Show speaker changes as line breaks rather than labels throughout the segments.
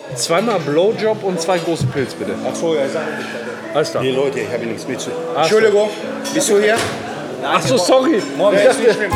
Zweimal Blowjob und 2 große Pilz, bitte.
Ach so, ja, sag nicht.
Alles klar.
Nee, Leute, ich habe hier nichts mit zu.
Ach so.
Entschuldigung, bist du hier?
Ach so, sorry.
Morgen
Ich
ist nicht
dachte-
schlimm.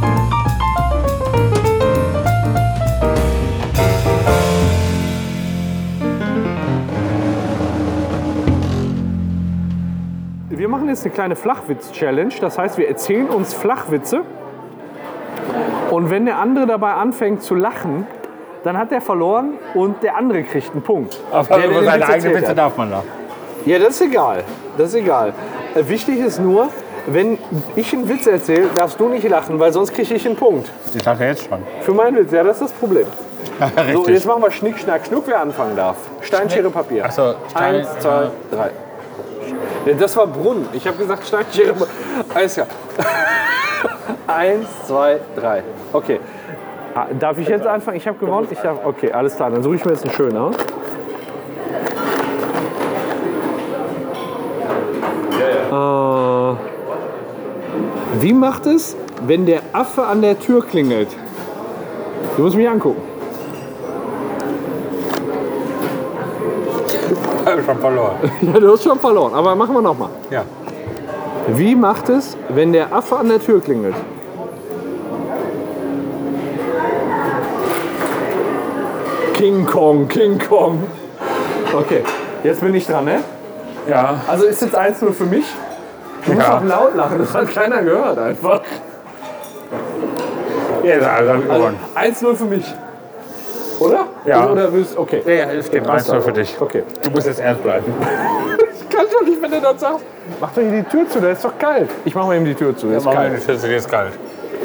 Wir machen jetzt eine kleine Flachwitz-Challenge. Das heißt, wir erzählen uns Flachwitze. Und wenn der andere dabei anfängt zu lachen, dann hat der verloren und der andere kriegt einen Punkt.
Aber
Der
über
den
seine
Witz
eigene
erzählt
Witze
hat.
darf man da.
Ja, das ist egal. Das ist egal. Wichtig ist nur, wenn ich einen Witz erzähle, darfst du nicht lachen, weil sonst kriege ich einen Punkt.
Ich dachte jetzt schon.
Für meinen Witz, ja, das ist das Problem. So,
Richtig.
jetzt machen wir Schnick, Schnack, Schnuck, wer anfangen darf. Stein, Schere, Papier.
Ach so, Stein,
1, 2, 3. Nee, das war Brunnen. Ich habe gesagt Stein, Schere, Papier. Alles klar. 1, 2, 3. Okay. Darf ich jetzt anfangen? Ich habe gewonnen. Ich darf. Okay, alles klar. Dann suche ich mir jetzt einen schönen aus. Wie macht es, wenn der Affe an der Tür klingelt? Du musst mich angucken.
Ich habe schon verloren.
Ja, du hast schon verloren, aber machen wir nochmal.
Ja.
Wie macht es, wenn der Affe an der Tür klingelt? King Kong, King Kong. Okay, jetzt bin ich dran, ne?
Ja.
Also ist jetzt 1-0 für mich. Du musst
Ja.
auch laut lachen, das hat keiner gehört einfach.
Ja, also habe ich gewonnen.
1-0 für mich. Oder?
Ja.
Oder willst okay.
Ja, es stimmt. 1-0 für dich.
Okay.
Du musst jetzt ernst bleiben.
Ich kann schon nicht, wenn du das sagst. Mach doch hier die Tür zu, der ist doch kalt. Ich mach mal eben die Tür zu, der ist
Machen wir
kalt.
die Schüssel, die ist kalt.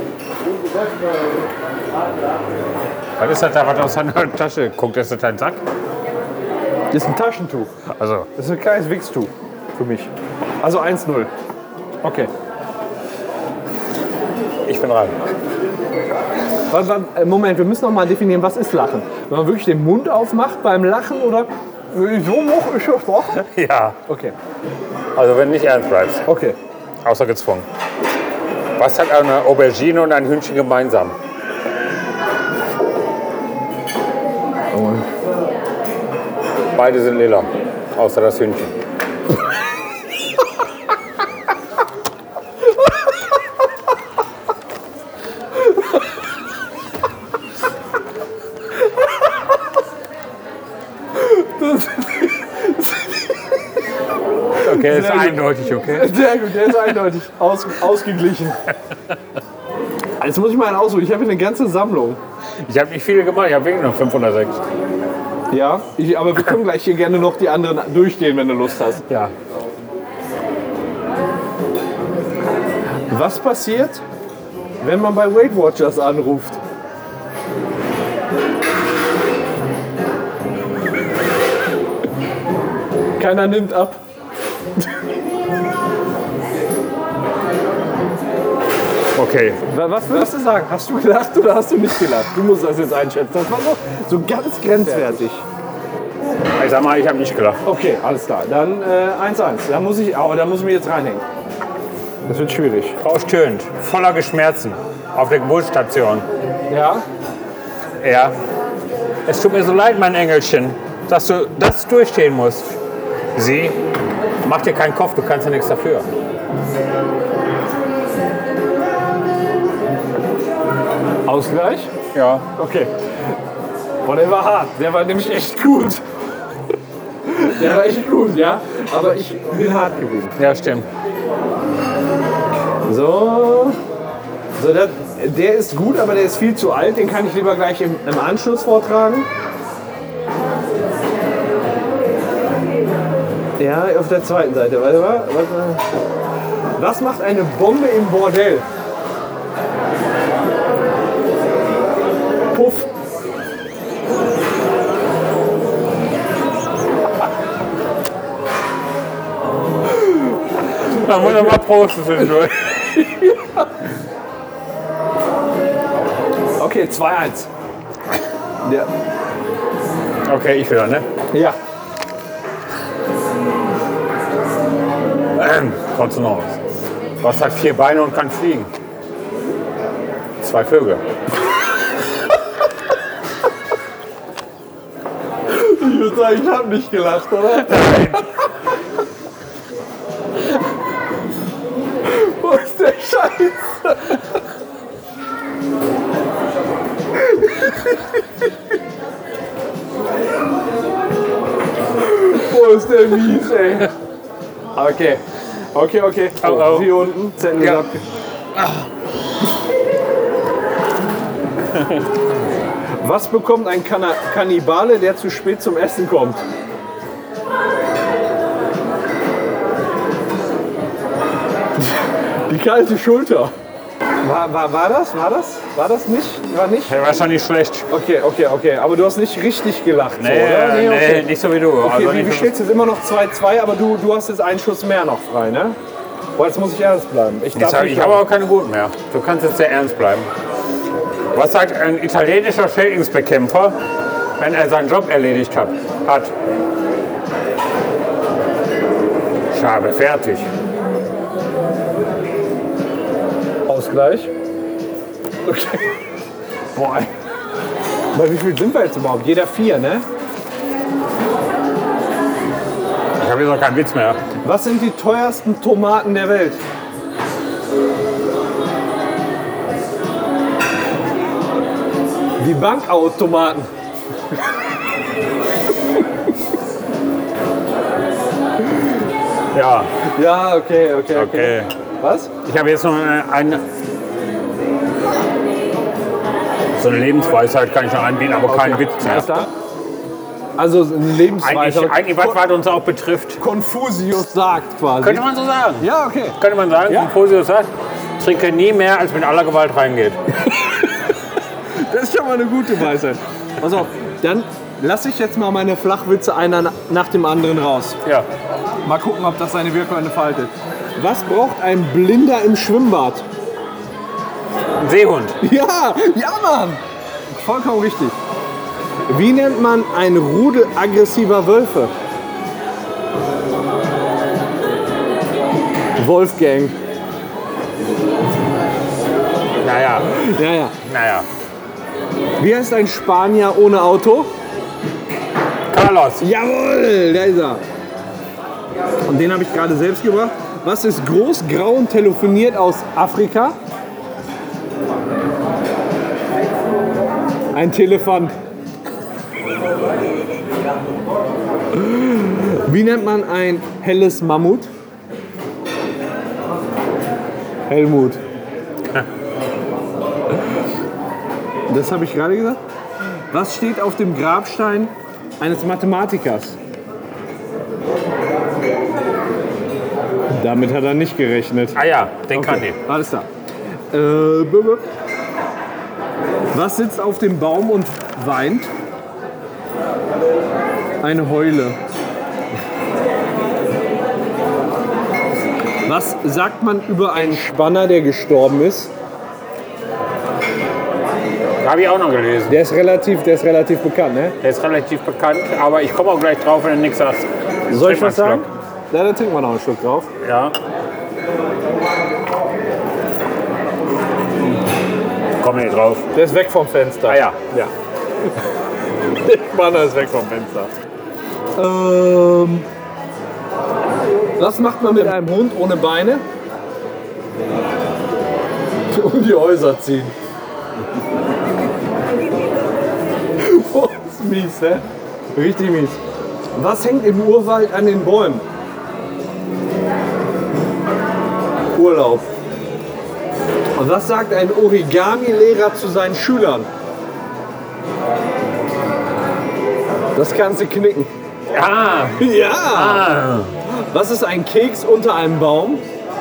Was ist das da, was aus deiner Tasche guckt? Ist das dein Sack?
Das ist ein Taschentuch.
Also,
Das ist ein kleines Wichstuch für mich. Also 1-0. Okay.
ich bin dran.
Moment, wir müssen noch mal definieren, was ist Lachen? Wenn man wirklich den Mund aufmacht beim Lachen oder so hoch ist das doch?
Ja.
Okay,
Also, wenn du nicht ernst bleibst,
okay.
außer gezwungen. Was hat eine Aubergine und ein Hühnchen gemeinsam? Beide sind lila, außer das Hühnchen. Okay, ist
Sehr gut.
eindeutig, okay?
Sehr gut, der ist eindeutig ausgeglichen. Jetzt muss ich mal einen aussuchen. Ich habe hier eine ganze Sammlung.
Ich habe nicht viele gemacht, ich habe wirklich noch 5 oder 6.
Ja, aber wir können gleich hier gerne noch die anderen durchgehen, wenn du Lust hast.
Ja.
Was passiert, wenn man bei Weight Watchers anruft? Keiner nimmt ab.
Okay.
Was würdest du sagen? Hast du gelacht oder hast du nicht gelacht? Du musst das jetzt einschätzen. Das war so ganz grenzwertig.
Ich sag mal, ich habe nicht gelacht.
Okay, alles klar. Dann 1-1. Da muss ich mich jetzt reinhängen. Das wird schwierig.
Frau stöhnt, voller Geschmerzen, auf der Geburtsstation.
Ja?
Ja. Es tut mir so leid, mein Engelchen, dass du das durchstehen musst. Sie, mach dir keinen Kopf, du kannst ja nichts dafür.
Ausgleich?
Ja.
Okay. Boah, der war hart. Der war nämlich echt gut. Der war echt gut, ja. Aber ich bin hart gewesen.
Ja, stimmt.
So. Der ist gut, aber der ist viel zu alt. Den kann ich lieber gleich im Anschluss vortragen. Ja, auf der zweiten Seite. Warte mal. Was macht eine Bombe im Bordell? Puff.
Da muss er mal prosten zwischendurch.
Okay, 2-1. Ja.
Okay, ich wieder, ne?
Ja.
Kontenance. Was hat 4 Beine und kann fliegen? 2 Vögel.
Ich würde sagen, ich habe nicht gelacht, oder? Wo ist der Scheiß? Wo ist der mies, ey? Okay. Okay.
Oh.
Hier unten. Zettel
Ja.
ab. Was bekommt ein Kannibale, der zu spät zum Essen kommt? Die kalte Schulter. War das nicht? War nicht?
Der war schon nicht schlecht.
Okay. Aber du hast nicht richtig gelacht, so, oder?
Nee,
Okay.
nicht so wie du.
Okay,
Also
wie
nicht so-
steht es jetzt immer noch 2-2, aber du hast jetzt einen Schuss mehr noch frei, ne? Boah, jetzt muss ich ernst bleiben. Ich
Ich habe auch keine guten mehr. Du kannst jetzt sehr ernst bleiben. Was sagt ein italienischer Schädlingsbekämpfer, wenn er seinen Job erledigt hat? Ich habe fertig.
Ausgleich. Okay. Boah. Bei wie viel sind wir jetzt überhaupt? Jeder 4, ne?
Ich habe jetzt auch keinen Witz mehr.
Was sind die teuersten Tomaten der Welt? Die Bankautomaten.
Ja,
Ja, okay.
okay.
Was?
Ich habe jetzt noch so eine Lebensweisheit kann ich noch anbieten, aber keinen Witz mehr.
Was da? Also eine Lebensweise.
Eigentlich was uns auch betrifft.
Konfuzius sagt quasi.
Könnte man so sagen.
Ja, okay.
Könnte man sagen,
Ja.
Konfuzius sagt, trinke nie mehr, als mit aller Gewalt reingeht.
Das ist schon mal eine gute Weisheit. Pass auf, dann lasse ich jetzt mal meine Flachwitze einer nach dem anderen raus.
Ja.
Mal gucken, ob das seine Wirkung entfaltet. Was braucht ein Blinder im Schwimmbad?
Ein Seehund.
Ja, Mann! Vollkommen richtig. Wie nennt man ein Rudel aggressiver Wölfe? Wolfgang.
Naja.
Ja. Wie heißt ein Spanier ohne Auto?
Carlos.
Jawohl, da ist er. Und den habe ich gerade selbst gebracht. Was ist groß, grau und telefoniert aus Afrika? Ein Telefant. Wie nennt man ein helles Mammut? Helmut. Das habe ich gerade gesagt. Was steht auf dem Grabstein eines Mathematikers? Damit hat er nicht gerechnet.
Ah ja, den kann ich.
Alles klar. Was sitzt auf dem Baum und weint? Eine Eule. Was sagt man über einen Spanner, der gestorben ist?
Habe ich auch noch gelesen.
Der ist relativ bekannt, ne?
Der ist relativ bekannt, aber ich komme auch gleich drauf, wenn du nichts sagst.
Soll ich was
Trink mal
sagen? Ja, dann trinken wir noch einen Schluck drauf.
einen Schluck. Ja. Komm nicht drauf.
Der ist weg vom Fenster.
Ah ja.
Ja. Der Spanner ist weg vom Fenster. Was macht man mit einem Hund ohne Beine? Um die Häuser ziehen. Boah, ist mies, ne? Richtig mies. Was hängt im Urwald an den Bäumen? Urlaub. Und was sagt ein Origami-Lehrer zu seinen Schülern? Das kannst du knicken.
Ah.
Ja!
Ah.
Was ist ein Keks unter einem Baum?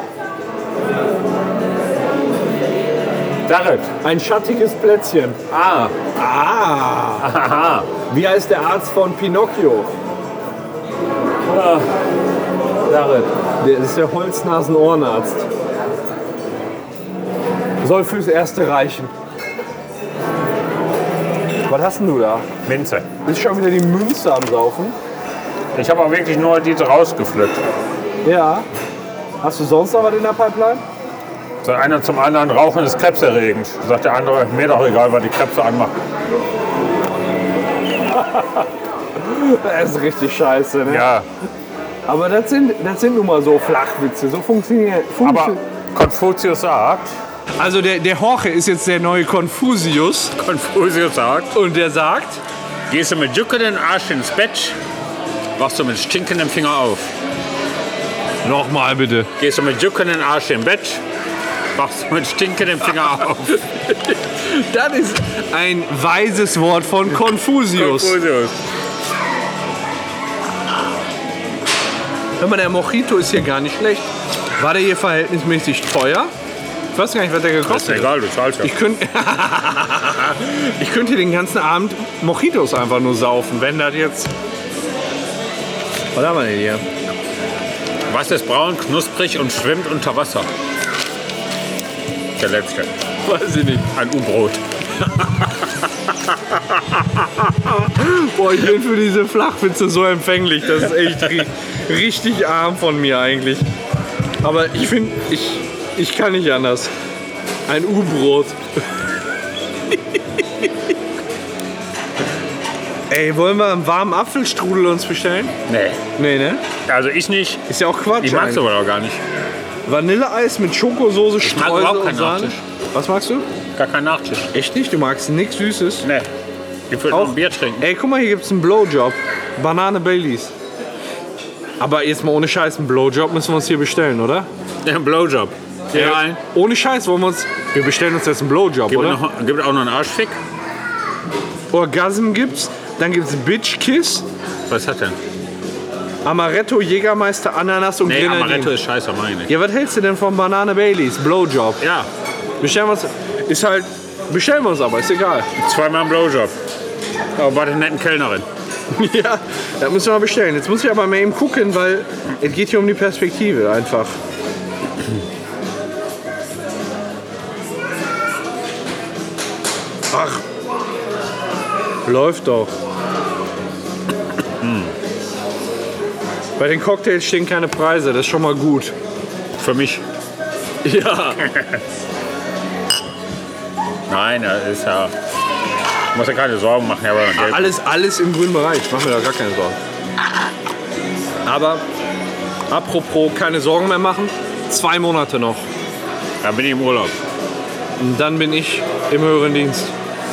Darit.
Ein schattiges Plätzchen.
Ah.
Ah!
Aha.
Wie heißt der Arzt von Pinocchio?
Darit.
Der ist der Holznasen-Ohrenarzt. Soll fürs Erste reichen. Was hast denn du da?
Minze.
Ist schon wieder die Münze am Saufen?
Ich habe auch wirklich nur diese rausgepflückt.
Ja. Hast du sonst noch was in der Pipeline?
So einer zum anderen, Rauchen ist krebserregend. Sagt der andere, mir doch egal, was die Krebse anmacht.
Das ist richtig scheiße, ne?
Ja,
Aber das sind nun mal so Flachwitze. So funktioniert.
aber Konfuzius sagt,
Also der Jorge ist jetzt der neue Konfusius.
Konfuzius sagt,
Und der sagt,
gehst du mit juckenden Arsch ins Bett, wachst du mit stinkendem Finger auf.
nochmal bitte.
Gehst du mit juckenden Arsch im Bett, wachst du mit stinkendem Finger auf.
Das ist ein weises Wort von Konfusius.
Konfuzius.
Hör mal, der Mojito ist hier gar nicht schlecht. War der hier verhältnismäßig teuer? Ich weiß gar nicht, was der
Das ist
gekostet hat.
egal, du zahlst ja.
Ich könnte ich könnte hier den ganzen Abend Mojitos einfach nur saufen, wenn das jetzt... Was haben wir denn hier?
Was ist braun, knusprig und schwimmt unter Wasser? Der letzte.
Weiß ich nicht.
Ein U-Brot.
Boah, ich bin für diese Flachwitze so empfänglich. Das ist echt richtig arm von mir eigentlich. Aber ich finde, ich kann nicht anders. Ein U-Brot. Ey, wollen wir einen warmen Apfelstrudel uns bestellen?
Nee.
Nee, ne?
Also ich nicht.
Ist ja auch Quatsch.
Ich mag's
eigentlich.
aber auch gar nicht.
Vanilleeis mit Schokosoße,
mag
Streusel
überhaupt
und
keinen
Sahne.
Nachtisch.
Was magst du?
Gar kein Nachtisch.
Echt nicht? Du magst nichts Süßes?
Nee. Ich würde noch ein Bier trinken.
Ey, guck mal, hier gibt's einen Blowjob. Banane Baileys. Aber jetzt mal ohne Scheiß, einen Blowjob müssen wir uns hier bestellen, oder?
Ein Blowjob. Ja, ein.
Ohne Scheiß wollen wir uns... Wir bestellen uns jetzt einen Blowjob,
Gibt
oder?
es auch noch einen Arschfick?
Orgasm gibt's. Dann gibt's Bitch Kiss,
Was hat denn?
Amaretto, Jägermeister, Ananas und
Nee,
Grenadine.
Amaretto ist scheiße, meine ich.
Ja, was hältst du denn von Banane Baileys? Blowjob.
Ja,
Bestellen wir uns... Ist halt... Bestellen wir uns aber, ist egal.
zweimal ein Blowjob. Aber bei der netten Kellnerin.
Ja, das müssen wir mal bestellen. Jetzt muss ich aber mal eben gucken, weil es geht hier um die Perspektive einfach. Ach, läuft doch. Bei den Cocktails stehen keine Preise, das ist schon mal gut.
Für mich.
Ja.
Nein, das ist ja... Muss ja keine Sorgen machen, aber Geld.
Alles im grünen Bereich, ich mache mir da gar keine Sorgen. Aber apropos keine Sorgen mehr machen, 2 Monate noch.
Da bin ich im Urlaub.
Und dann bin ich im höheren Dienst.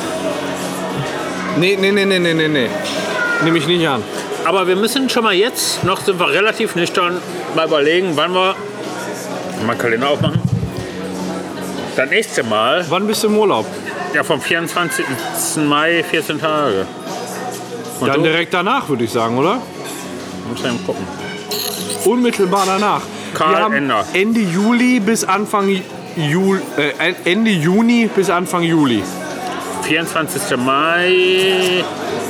Nee. Nehme ich nicht an.
Aber wir müssen schon mal jetzt, noch sind wir relativ nüchtern, mal überlegen, wann wir... Mal Kalender aufmachen. Das nächste Mal,
Wann bist du im Urlaub?
ja vom 24. Mai, 14 Tage. Und
Dann
du?
direkt danach, würde ich sagen, oder?
Muss man eben gucken.
Unmittelbar danach.
Karl
Wir haben
Ender.
Ende Juli bis Anfang Ende Juni bis Anfang Juli.
24. Mai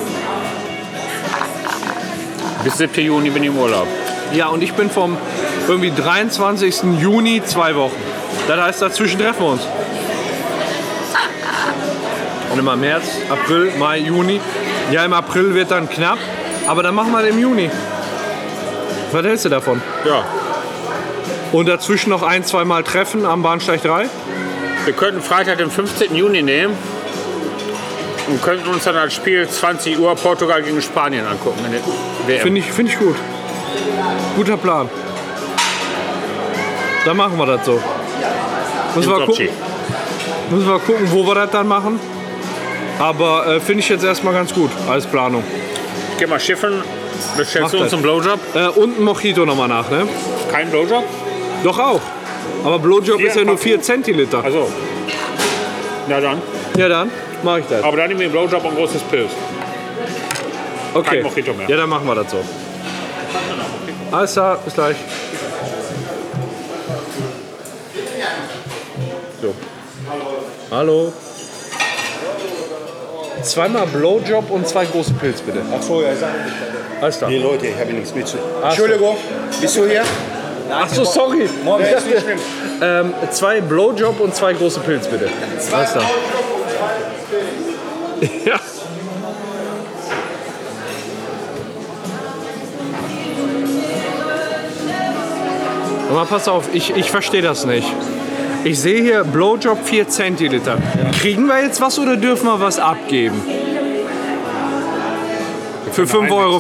bis 7. Juni bin ich im Urlaub.
Ja, und ich bin vom irgendwie 23. Juni 2 Wochen. Das heißt, dazwischen treffen wir uns. Und immer März, April, Mai, Juni. Ja, im April wird dann knapp, aber dann machen wir das im Juni. Was hältst du davon?
Ja,
Und dazwischen noch 1-2 Mal treffen am Bahnsteig 3?
wir könnten Freitag, den 15. Juni nehmen und könnten uns dann das Spiel 20 Uhr Portugal gegen Spanien angucken in der WM.
Find ich gut. Guter Plan. Dann machen wir das so. Müssen wir
Sochi.
gucken, wo wir das dann machen. Aber finde ich jetzt erstmal ganz gut als Planung.
Ich geh mal schiffen. Bestellst
Mach
du uns
das.
einen Blowjob?
Und ein Mojito nochmal nach, ne?
Kein Blowjob?
Doch auch. Aber Blowjob ist ja nur 4 Zentiliter.
Also. Ja dann.
Ja, dann mache ich das.
Aber dann nehmen wir einen Blowjob und ein großes Pilz.
Okay.
kein Mojito mehr.
Ja, dann machen wir das so. Alles klar, bis gleich. So. Hallo. 2-mal Blowjob und 2 große Pilz, bitte.
Ach so, ja, sag nicht.
Alles klar.
Nee, Leute, ich habe nichts mit zu.
Ach so.
Entschuldigung, bist du hier?
Ach so, sorry.
Morgen ist nicht schlimm.
2 Blowjob und 2 große Pilz, bitte. Alles klar. Ja. Aber pass auf, ich verstehe das nicht. Ich sehe hier Blowjob 4 Zentiliter. Kriegen wir jetzt was oder dürfen wir was abgeben? Für 5,50 Euro.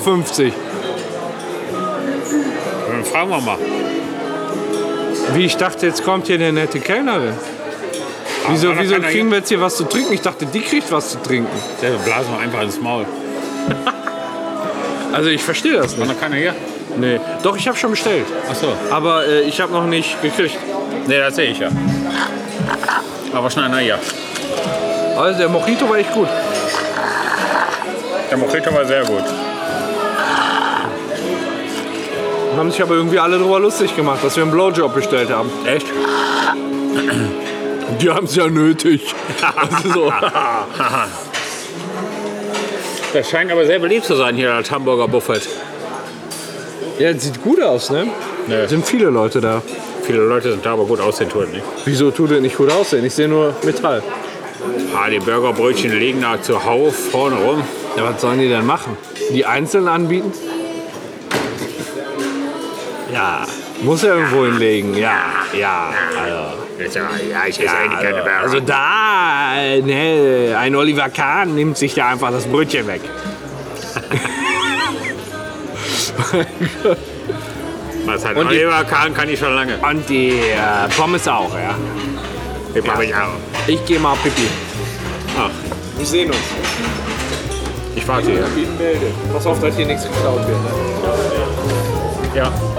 Dann fragen wir mal.
Wie, ich dachte, jetzt kommt hier eine nette Kellnerin. Wieso kriegen wir jetzt hier was zu trinken? Ich dachte, die kriegt was zu trinken.
Der blasen wir einfach ins Maul.
Also ich verstehe das
War
nicht.
noch keiner hier?
Nee. Doch, ich habe schon bestellt.
Ach so.
Aber ich habe noch nicht gekriegt.
Nee, das sehe ich ja. Aber schon einer hier.
Also der Mojito war echt gut.
Der Mojito war sehr gut.
Haben sich aber irgendwie alle darüber lustig gemacht, dass wir einen Blowjob bestellt haben.
Echt?
Die haben es ja nötig. Also so.
Das scheint aber sehr beliebt zu sein hier, das Hamburger Buffet.
Ja, das sieht gut aus, ne?
Nee.
Sind viele Leute da.
Viele Leute sind da, aber gut aussehen tut nicht.
Wieso tut er nicht gut aussehen? Ich sehe nur Metall.
Die Burgerbrötchen liegen da zuhauf vorne rum.
Ja, was sollen die denn machen? Die einzeln anbieten? Ja. Muss er irgendwo hinlegen. Ja. Also.
Ich esse eigentlich keine Burger.
Also da, ne, ein Oliver Kahn nimmt sich da einfach das Brötchen weg.
Was hat
Und die-
Oliver Kahn kann ich schon lange.
Und die Pommes auch, ja.
Den mache ich auch.
Ich gehe mal Pipi.
Ach,
Wir sehen uns.
ich warte hier.
Pass auf, dass hier nichts geklaut wird. Ne?
Ja.